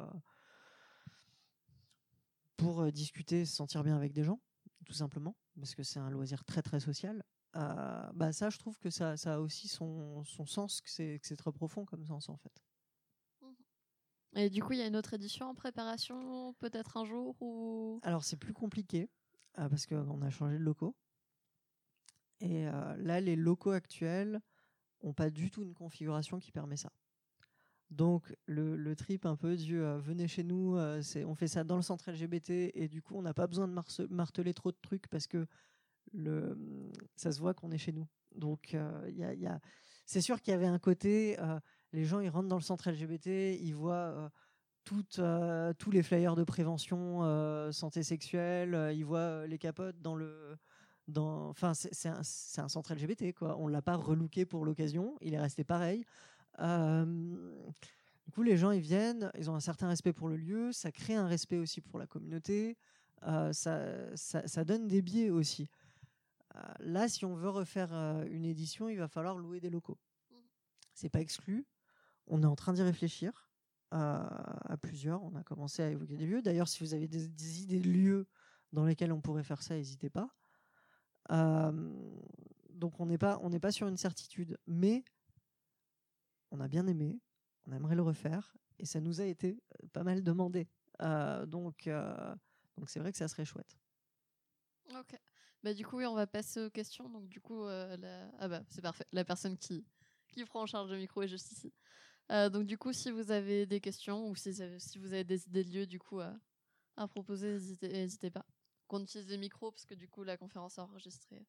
pour euh, discuter, se sentir bien avec des gens, tout simplement, parce que c'est un loisir très très social. Euh, bah ça, je trouve que ça, ça a aussi son, son sens, que c'est, que c'est très profond comme sens en fait. Et du coup, il y a une autre édition en préparation, peut-être un jour ou... Alors c'est plus compliqué. Euh, parce qu'on a changé de locaux. Et euh, là, les locaux actuels n'ont pas du tout une configuration qui permet ça. Donc, le, le trip un peu du euh, venez chez nous, euh, c'est, on fait ça dans le centre L G B T et du coup, on n'a pas besoin de marce- marteler trop de trucs parce que le, ça se voit qu'on est chez nous. Donc, euh, y a, y a... c'est sûr qu'il y avait un côté, euh, les gens, ils rentrent dans le centre L G B T, ils voient... Euh, Toutes, euh, tous les flyers de prévention euh, santé sexuelle, euh, ils voient euh, les capotes dans le... Dans, enfin, c'est, c'est, un, c'est un centre L G B T, quoi. On ne l'a pas relooké pour l'occasion, il est resté pareil. Euh, du coup, les gens, ils viennent, ils ont un certain respect pour le lieu, ça crée un respect aussi pour la communauté, euh, ça, ça, ça donne des biais aussi. Euh, là, si on veut refaire euh, une édition, il va falloir louer des locaux. C'est pas exclu, on est en train d'y réfléchir. À, à plusieurs, on a commencé à évoquer des lieux. D'ailleurs, si vous avez des, des idées de lieux dans lesquels on pourrait faire ça, n'hésitez pas. Euh, donc on n'est pas, on n'est pas sur une certitude, mais on a bien aimé, on aimerait le refaire, et ça nous a été pas mal demandé. Euh, donc, euh, donc c'est vrai que ça serait chouette. Ok. Bah du coup, oui, on va passer aux questions. Donc du coup, euh, la... ah bah c'est parfait. La personne qui qui prend en charge le micro est juste ici. Euh, donc du coup, si vous avez des questions ou si, si vous avez des idées de lieux du coup à, à proposer, n'hésitez, n'hésitez pas. Qu'on utilise les micros parce que du coup la conférence est enregistrée.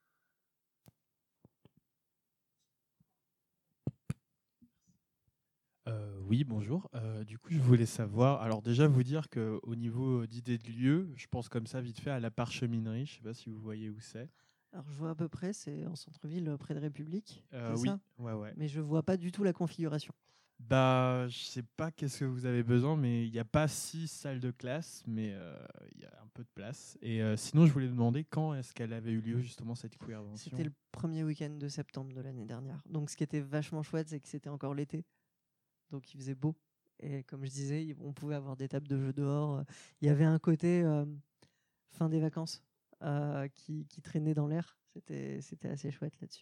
Euh, oui, bonjour. Euh, du coup, je voulais savoir, alors déjà vous dire qu'au niveau d'idées de lieu, je pense comme ça vite fait à la Parcheminerie, je ne sais pas si vous voyez où c'est. Alors je vois à peu près, c'est en centre-ville près de République. Euh, c'est oui, ça ouais, ouais. Mais je vois pas du tout la configuration. Bah, je sais pas qu'est-ce que vous avez besoin, mais il n'y a pas six salles de classe, mais il euh, y a un peu de place. Et euh, sinon, je voulais demander quand est-ce qu'elle avait eu lieu justement cette queervention. C'était le premier week-end de septembre de l'année dernière. Donc ce qui était vachement chouette, c'est que c'était encore l'été. Donc il faisait beau. Et comme je disais, on pouvait avoir des tables de jeux dehors. Il y avait un côté euh, fin des vacances euh, qui, qui traînait dans l'air. C'était, c'était assez chouette là-dessus.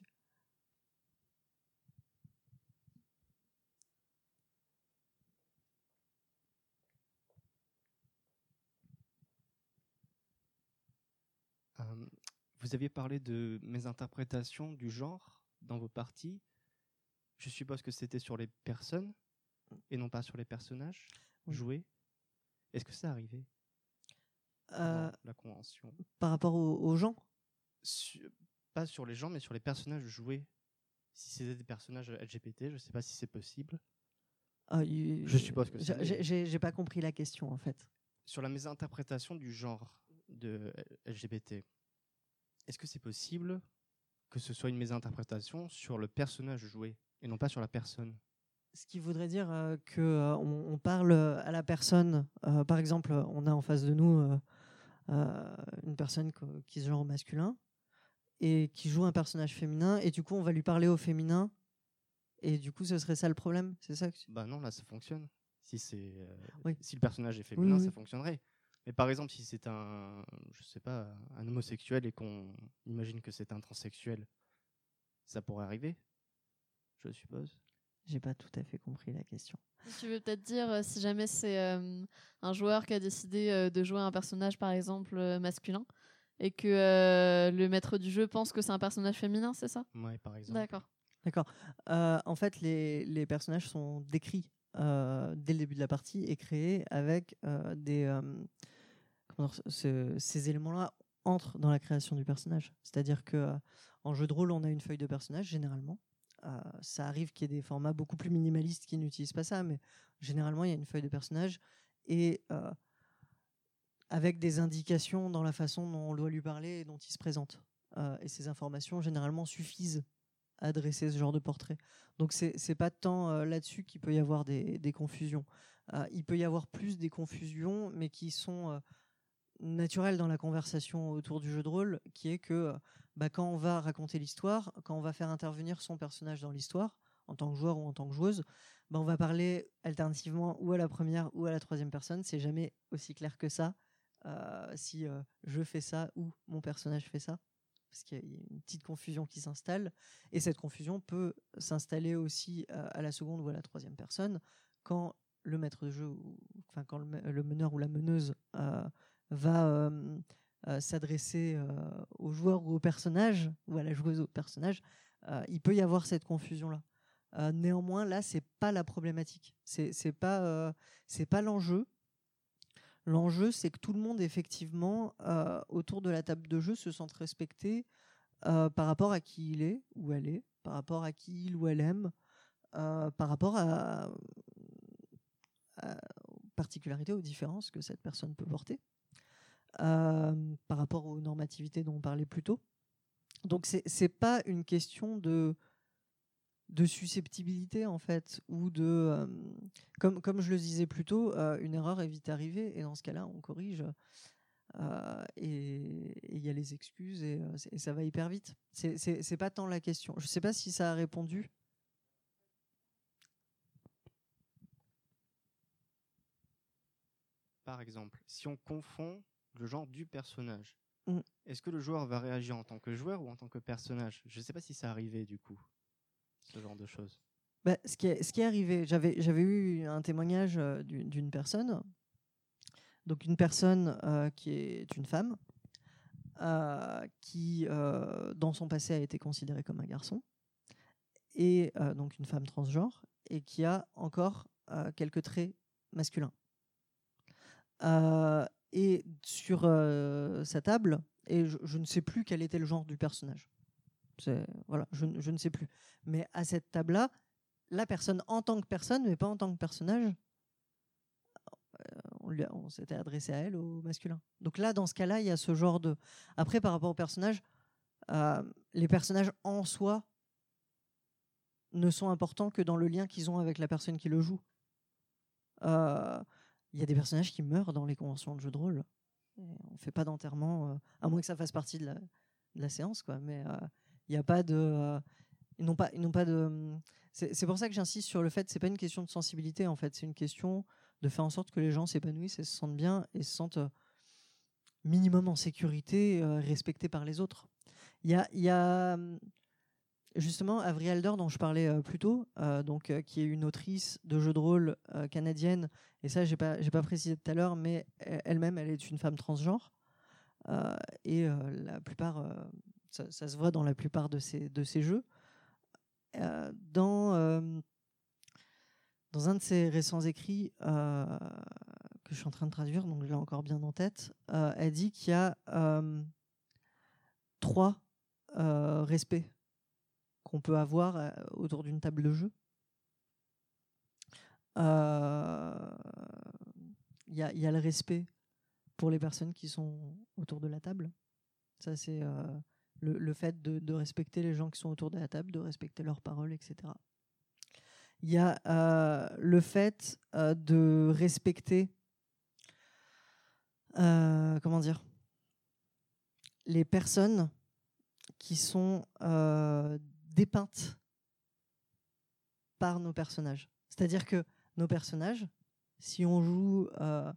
Euh, vous aviez parlé de mes interprétations du genre dans vos parties. Je suppose que c'était sur les personnes et non pas sur les personnages Oui. joués. Est-ce que ça arrivait Euh, la convention Par rapport aux, aux gens Su- Pas sur les gens, mais sur les personnages joués. Si c'était des personnages L G B T, je ne sais pas si c'est possible. Ah, il- Je suppose que j'ai- c'est- j'ai- J'ai j'ai pas compris la question en fait. Sur la mésinterprétation du genre de L G B T, est-ce que c'est possible que ce soit une mésinterprétation sur le personnage joué et non pas sur la personne? Ce qui voudrait dire euh, que euh, on, on parle à la personne. Euh, par exemple, on a en face de nous euh, euh, une personne co- qui se genre au masculin et qui joue un personnage féminin, et du coup, on va lui parler au féminin. Et du coup, ce serait ça le problème, c'est ça que tu- Bah non, là ça fonctionne. Si c'est euh, Oui. si le personnage est féminin, Oui, ça oui. fonctionnerait. Mais par exemple, si c'est un, je sais pas, un homosexuel et qu'on imagine que c'est un transsexuel, ça pourrait arriver, je suppose. J'ai pas tout à fait compris la question. Tu veux peut-être dire euh, si jamais c'est euh, un joueur qui a décidé euh, de jouer un personnage par exemple euh, masculin et que euh, le maître du jeu pense que c'est un personnage féminin, c'est ça? Ouais, par exemple. D'accord. D'accord. Euh, en fait, les, les personnages sont décrits euh, dès le début de la partie et créés avec euh, des. euh, comment dire, ce- ces éléments-là entrent dans la création du personnage. C'est-à-dire que euh, en jeu de rôle, on a une feuille de personnage généralement. Euh, ça arrive qu'il y ait des formats beaucoup plus minimalistes qui n'utilisent pas ça, mais généralement, il y a une feuille de personnage et euh, avec des indications dans la façon dont on doit lui parler et dont il se présente. Euh, et ces informations, généralement, suffisent à dresser ce genre de portrait. Donc, c'est c'est pas tant euh, là-dessus qu'il peut y avoir des, des confusions. Euh, il peut y avoir plus des confusions, mais qui sont euh, naturelles dans la conversation autour du jeu de rôle, qui est que euh, bah, quand on va raconter l'histoire, quand on va faire intervenir son personnage dans l'histoire, en tant que joueur ou en tant que joueuse, bah, on va parler alternativement ou à la première ou à la troisième personne. C'est jamais aussi clair que ça. Euh, si euh, je fais ça ou mon personnage fait ça, parce qu'il y a une petite confusion qui s'installe, et cette confusion peut s'installer aussi euh, à la seconde ou à la troisième personne quand le maître de jeu, ou, enfin quand le, me- le meneur ou la meneuse euh, va euh, euh, s'adresser euh, au joueur ou au personnage, ou à la joueuse ou au personnage, euh, il peut y avoir cette confusion-là. Euh, néanmoins, là, c'est pas la problématique. C'est c'est pas euh, c'est pas l'enjeu. L'enjeu, c'est que tout le monde, effectivement, euh, autour de la table de jeu, se sente respecté euh, par rapport à qui il est ou elle est, par rapport à qui il ou elle aime, euh, par rapport à, à- aux particularités, aux différences que cette personne peut porter, euh, par rapport aux normativités dont on parlait plus tôt. Donc, c'est c'est pas une question de de susceptibilité en fait, ou de euh, comme comme je le disais plus tôt, euh, une erreur est vite arrivée et dans ce cas-là on corrige euh, et il y a les excuses et, euh, c'est- et ça va hyper vite. C'est c'est c'est pas tant la question. Je sais pas si ça a répondu. Par exemple, si on confond le genre du personnage, Mm. est-ce que le joueur va réagir en tant que joueur ou en tant que personnage? Je ne sais pas si ça arrivait du coup, ce genre de choses. Bah, ce, qui est, ce qui est arrivé, j'avais j'avais eu un témoignage euh, d'une d'une personne, donc une personne euh, qui est une femme, euh, qui euh, dans son passé a été considérée comme un garçon, et euh, donc une femme transgenre, et qui a encore euh, quelques traits masculins. Euh, et sur euh, sa table, et je, je ne sais plus quel était le genre du personnage. C'est- Voilà, je, ne- je ne sais plus. Mais à cette table-là, la personne en tant que personne, mais pas en tant que personnage, euh, on, lui a- on s'était adressé à elle au masculin. Donc là, dans ce cas-là, il y a ce genre de. Après, par rapport aux personnages, euh, les personnages en soi ne sont importants que dans le lien qu'ils ont avec la personne qui le joue. Euh, Il y a des personnages qui meurent dans les conventions de jeux de rôle. Et on ne fait pas d'enterrement, euh, à moins que ça fasse partie de la, de la séance, quoi. Mais euh, il n'y a pas de. euh, ils n'ont pas, ils n'ont pas de. C'est c'est pour ça que j'insiste sur le fait que c'est pas une question de sensibilité, en fait. C'est une question de faire en sorte que les gens s'épanouissent et se sentent bien et se sentent euh, minimum en sécurité, euh, respectés par les autres. Il y a, il y a hum, justement Avery Alder dont je parlais euh, plus tôt, euh, donc euh, qui est une autrice de jeux de rôle euh, canadienne. Et ça, j'ai pas, j'ai pas précisé tout à l'heure, mais elle- elle-même, elle est une femme transgenre. Euh, et euh, la plupart, euh, ça, ça se voit dans la plupart de ces, de ces jeux. Euh, dans, euh, dans un de ses récents écrits euh, que je suis en train de traduire, donc je l'ai encore bien en tête, euh, elle dit qu'il y a euh, trois euh, respects qu'on peut avoir euh, autour d'une table de jeu. Il euh, y, y a le respect pour les personnes qui sont autour de la table. Ça, c'est euh, le, le fait de, de respecter les gens qui sont autour de la table, de respecter leurs paroles, et cetera. Il y a euh, le fait euh, de respecter, euh, comment dire, les personnes qui sont euh, dépeintes par nos personnages. C'est-à-dire que nos personnages, si on joue euh,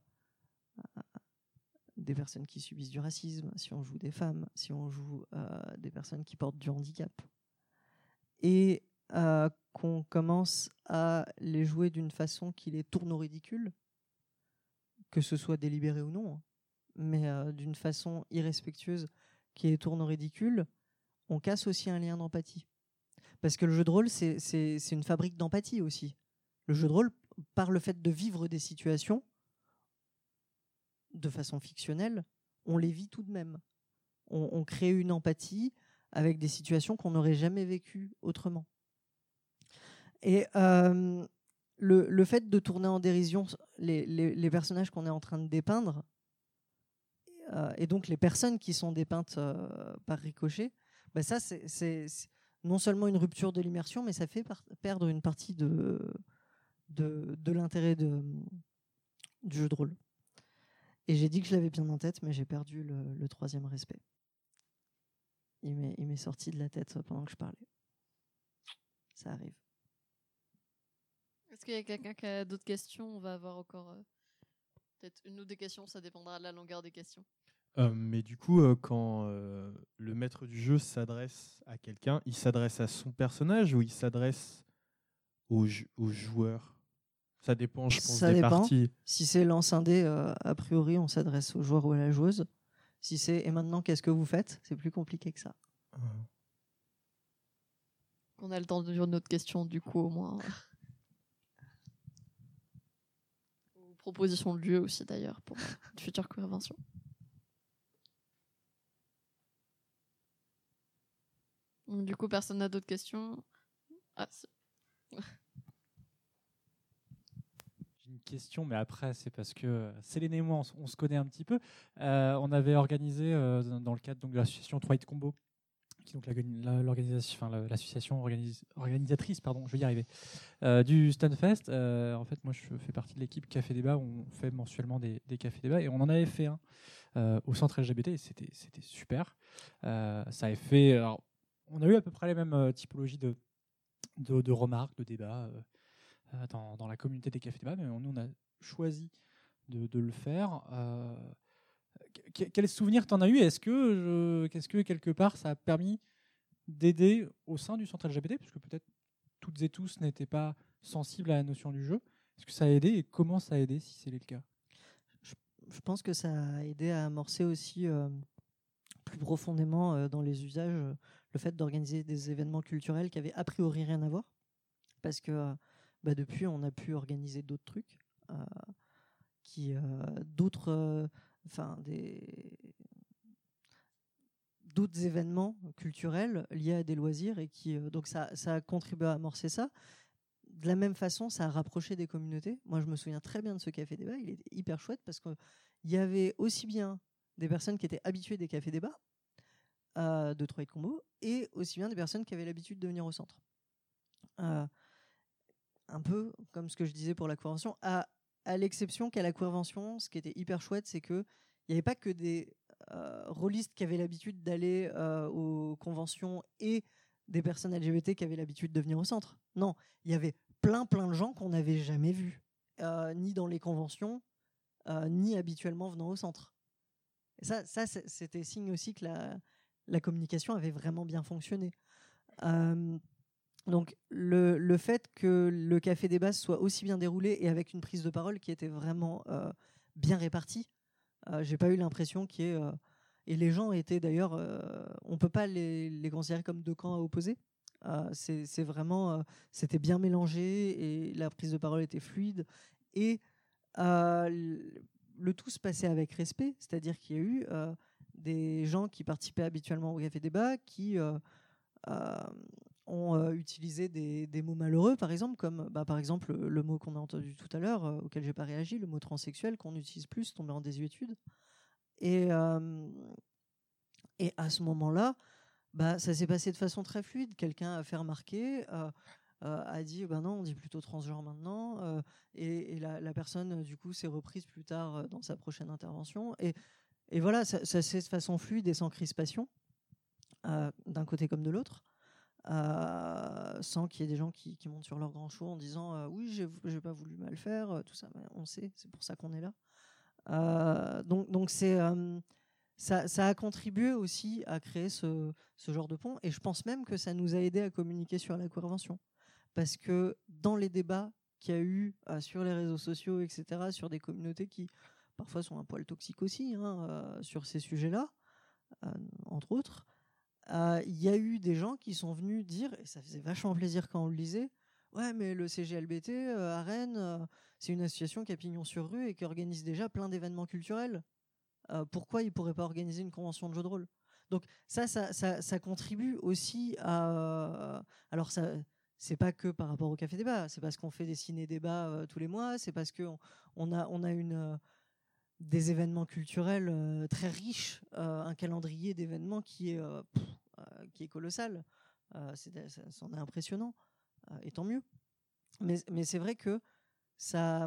des personnes qui subissent du racisme, si on joue des femmes, si on joue euh, des personnes qui portent du handicap, et euh, qu'on commence à les jouer d'une façon qui les tourne au ridicule, que ce soit délibéré ou non, mais euh, d'une façon irrespectueuse qui les tourne au ridicule, on casse aussi un lien d'empathie. Parce que le jeu de rôle, c'est, c'est, c'est une fabrique d'empathie aussi. Le jeu de rôle, par le fait de vivre des situations de façon fictionnelle, on les vit tout de même. On, on crée une empathie avec des situations qu'on n'aurait jamais vécues autrement. Et euh, le, le fait de tourner en dérision les, les, les personnages qu'on est en train de dépeindre, euh, et donc les personnes qui sont dépeintes euh, par ricochet, bah ça, c'est, c'est, c'est non seulement une rupture de l'immersion, mais ça fait par- perdre une partie de, de, de l'intérêt de, du jeu de rôle. Et j'ai dit que je l'avais bien en tête, mais j'ai perdu le, le troisième respect. Il m'est, il m'est sorti de la tête pendant que je parlais. Ça arrive. Est-ce qu'il y a quelqu'un qui a d'autres questions? On va avoir encore euh, peut-être une ou deux questions, ça dépendra de la longueur des questions. Euh, mais du coup, euh, quand euh, le maître du jeu s'adresse à quelqu'un, il s'adresse à son personnage ou il s'adresse au, ju- au joueur? Ça dépend, je pense, Ça des dépend. parties. Si c'est lance indé, euh, a priori, on s'adresse au joueur ou à la joueuse. Si c'est et maintenant, qu'est-ce que vous faites? C'est plus compliqué que ça. On a le temps de dire une autre question, du coup, au moins. Ou proposition de lieu aussi, d'ailleurs, pour une future convention. Donc, du coup, personne n'a d'autres questions? Ah, si. J'ai une question, mais après, c'est parce que Céline et moi, on, s- on se connaît un petit peu. Euh, on avait organisé, euh, dans dans le cadre donc, de l'association trois hit Combo, qui est donc la- la- l'organisation, enfin, la- l'association organis- organisatrice, pardon, je vais y arriver, euh, du Stunfest. Euh, en fait, moi, je fais partie de l'équipe Café Débat, où on fait mensuellement des, des cafés débats, et on en avait fait un euh, au centre L G B T, et c'était, c'était super. Euh, ça avait fait... Alors, on a eu à peu près les mêmes euh, typologies de, de, de remarques, de débats euh, euh, dans, dans la communauté des cafés débats, mais nous, on a choisi de, de le faire. Euh, que- quel souvenir t'en as eu? Est-ce que, je- qu'est-ce que quelque part ça a permis d'aider au sein du centre L G B T, parce que peut-être toutes et tous n'étaient pas sensibles à la notion du jeu? Est-ce que ça a aidé et comment ça a aidé si c'est le cas? Je, je pense que ça a aidé à amorcer aussi euh, plus profondément euh, dans les usages euh, le fait d'organiser des événements culturels qui avaient a priori rien à voir. Parce que euh, bah, depuis, on a pu organiser d'autres trucs, euh, qui, euh, d'autres, euh, enfin, des, d'autres événements culturels liés à des loisirs. Et qui, euh, donc ça, ça a contribué à amorcer ça. De la même façon, ça a rapproché des communautés. Moi, je me souviens très bien de ce café débat. Il était hyper chouette parce qu'il y avait aussi bien des personnes qui étaient habituées des cafés débats euh, de trois hit Combo et aussi bien des personnes qui avaient l'habitude de venir au centre. Euh, un peu comme ce que je disais pour la convention, à, à l'exception qu'à la convention, ce qui était hyper chouette, c'est qu'il n'y avait pas que des euh, rôlistes qui avaient l'habitude d'aller euh, aux conventions et des personnes L G B T qui avaient l'habitude de venir au centre. Non, il y avait plein plein de gens qu'on n'avait jamais vus, euh, ni dans les conventions, euh, ni habituellement venant au centre. Et ça, ça c'était signe aussi que la, la communication avait vraiment bien fonctionné. Euh, donc le, le fait que le café débat soit aussi bien déroulé et avec une prise de parole qui était vraiment euh, bien répartie, euh, j'ai pas eu l'impression qu'il y ait euh, et les gens étaient d'ailleurs, euh, on ne peut pas les, les considérer comme deux camps à opposer. Euh, c'est, c'est vraiment, euh, c'était bien mélangé et la prise de parole était fluide. Et euh, le, le tout se passait avec respect, c'est-à-dire qu'il y a eu euh, des gens qui participaient habituellement au Café Débat qui euh, euh, ont euh, utilisé des, des mots malheureux, par exemple, comme bah, par exemple le, le mot qu'on a entendu tout à l'heure, euh, auquel j'ai pas réagi, le mot transsexuel qu'on n'utilise plus, tombé en désuétude. Et, euh, et à ce moment-là, bah, ça s'est passé de façon très fluide. Quelqu'un a fait remarquer, euh, euh, a dit ben non, on dit plutôt transgenre maintenant, euh, et, et la, la personne du coup s'est reprise plus tard euh, dans sa prochaine intervention. Et, et voilà, ça, ça s'est fait de façon fluide et sans crispation, euh, d'un côté comme de l'autre. Euh, sans qu'il y ait des gens qui, qui montent sur leur grand show en disant euh, oui, j'ai, j'ai pas voulu mal faire, euh, tout ça. Mais on sait, c'est pour ça qu'on est là. Euh, donc, donc c'est, euh, ça, ça a contribué aussi à créer ce, ce genre de pont. Et je pense même que ça nous a aidé à communiquer sur la queervention. Parce que dans les débats qu'il y a eu euh, sur les réseaux sociaux, et cetera, sur des communautés qui parfois sont un poil toxiques aussi, hein, euh, sur ces sujets-là, euh, entre autres, il euh, y a eu des gens qui sont venus dire, et ça faisait vachement plaisir quand on le lisait, ouais, mais le C G L B T euh, à Rennes, euh, c'est une association qui a pignon sur rue et qui organise déjà plein d'événements culturels. Euh, pourquoi ils ne pourraient pas organiser une convention de jeux de rôle ? Donc ça, ça, ça, ça contribue aussi à... Euh, alors, ça, c'est pas que par rapport au Café Débat, c'est parce qu'on fait des ciné-débats euh, tous les mois, c'est parce qu'on on a, on a une... Euh, des événements culturels euh, très riches, euh, un calendrier d'événements qui est, euh, pff, euh, qui est colossal. Euh, c'est, ça, c'en est impressionnant, euh, et tant mieux. Mais, mais c'est vrai que ça...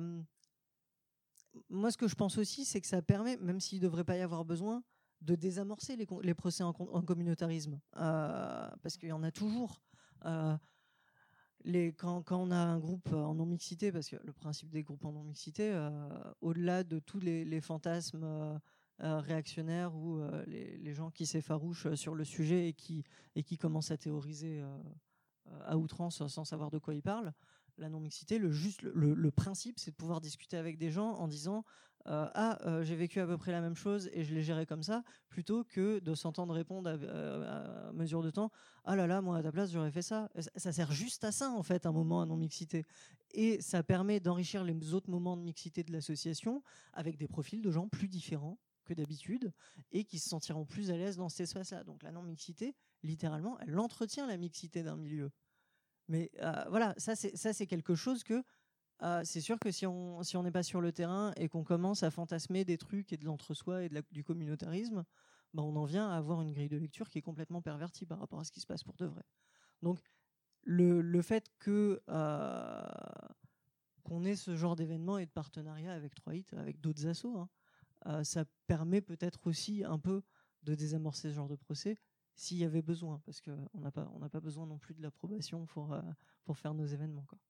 Moi, ce que je pense aussi, c'est que ça permet, même s'il ne devrait pas y avoir besoin, de désamorcer les, les procès en, en communautarisme. Euh, parce qu'il y en a toujours. Euh, Les, quand, quand on a un groupe en non-mixité, parce que le principe des groupes en non-mixité, euh, au-delà de tous les, les fantasmes euh, euh, réactionnaires ou euh, les, les gens qui s'effarouchent sur le sujet et qui, et qui commencent à théoriser euh, à outrance sans savoir de quoi ils parlent, la non-mixité, le, juste, le, le principe, c'est de pouvoir discuter avec des gens en disant euh, « Ah, euh, j'ai vécu à peu près la même chose et je l'ai géré comme ça », plutôt que de s'entendre répondre à, à, à mesure de temps « Ah là là, moi à ta place, j'aurais fait ça ». Ça sert juste à ça, en fait, un moment à non-mixité. Et ça permet d'enrichir les autres moments de mixité de l'association avec des profils de gens plus différents que d'habitude et qui se sentiront plus à l'aise dans cet espace-là. Donc la non-mixité, littéralement, elle entretient la mixité d'un milieu. Mais euh, voilà, ça c'est, ça c'est quelque chose que euh, c'est sûr que si on si on n'est pas sur le terrain et qu'on commence à fantasmer des trucs et de l'entre-soi et de la, du communautarisme, bah on en vient à avoir une grille de lecture qui est complètement pervertie par rapport à ce qui se passe pour de vrai. Donc le, le fait que euh, qu'on ait ce genre d'événement et de partenariat avec trois hits, avec d'autres assos, hein, euh, ça permet peut-être aussi un peu de désamorcer ce genre de procès, s'il y avait besoin, parce qu'on n'a pas, on n'a pas besoin non plus de l'approbation pour, euh, pour faire nos événements, quoi.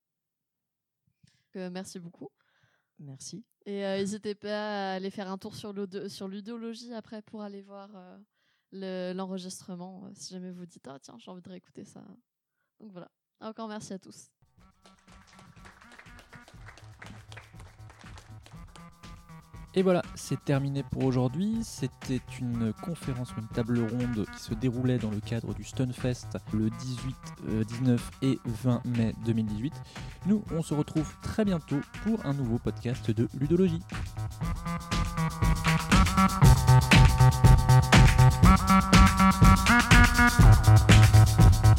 Euh, merci beaucoup. Merci. Et euh, n'hésitez pas à aller faire un tour sur, sur Ludologie après pour aller voir euh, le, l'enregistrement, euh, si jamais vous dites « Ah tiens, j'ai envie de réécouter ça ». Donc voilà. Encore merci à tous. Et voilà, c'est terminé pour aujourd'hui. C'était une conférence, une table ronde qui se déroulait dans le cadre du Stunfest le dix-huit, euh, dix-neuf et vingt mai deux mille dix-huit. Nous, on se retrouve très bientôt pour un nouveau podcast de Ludologie. We'll be right back.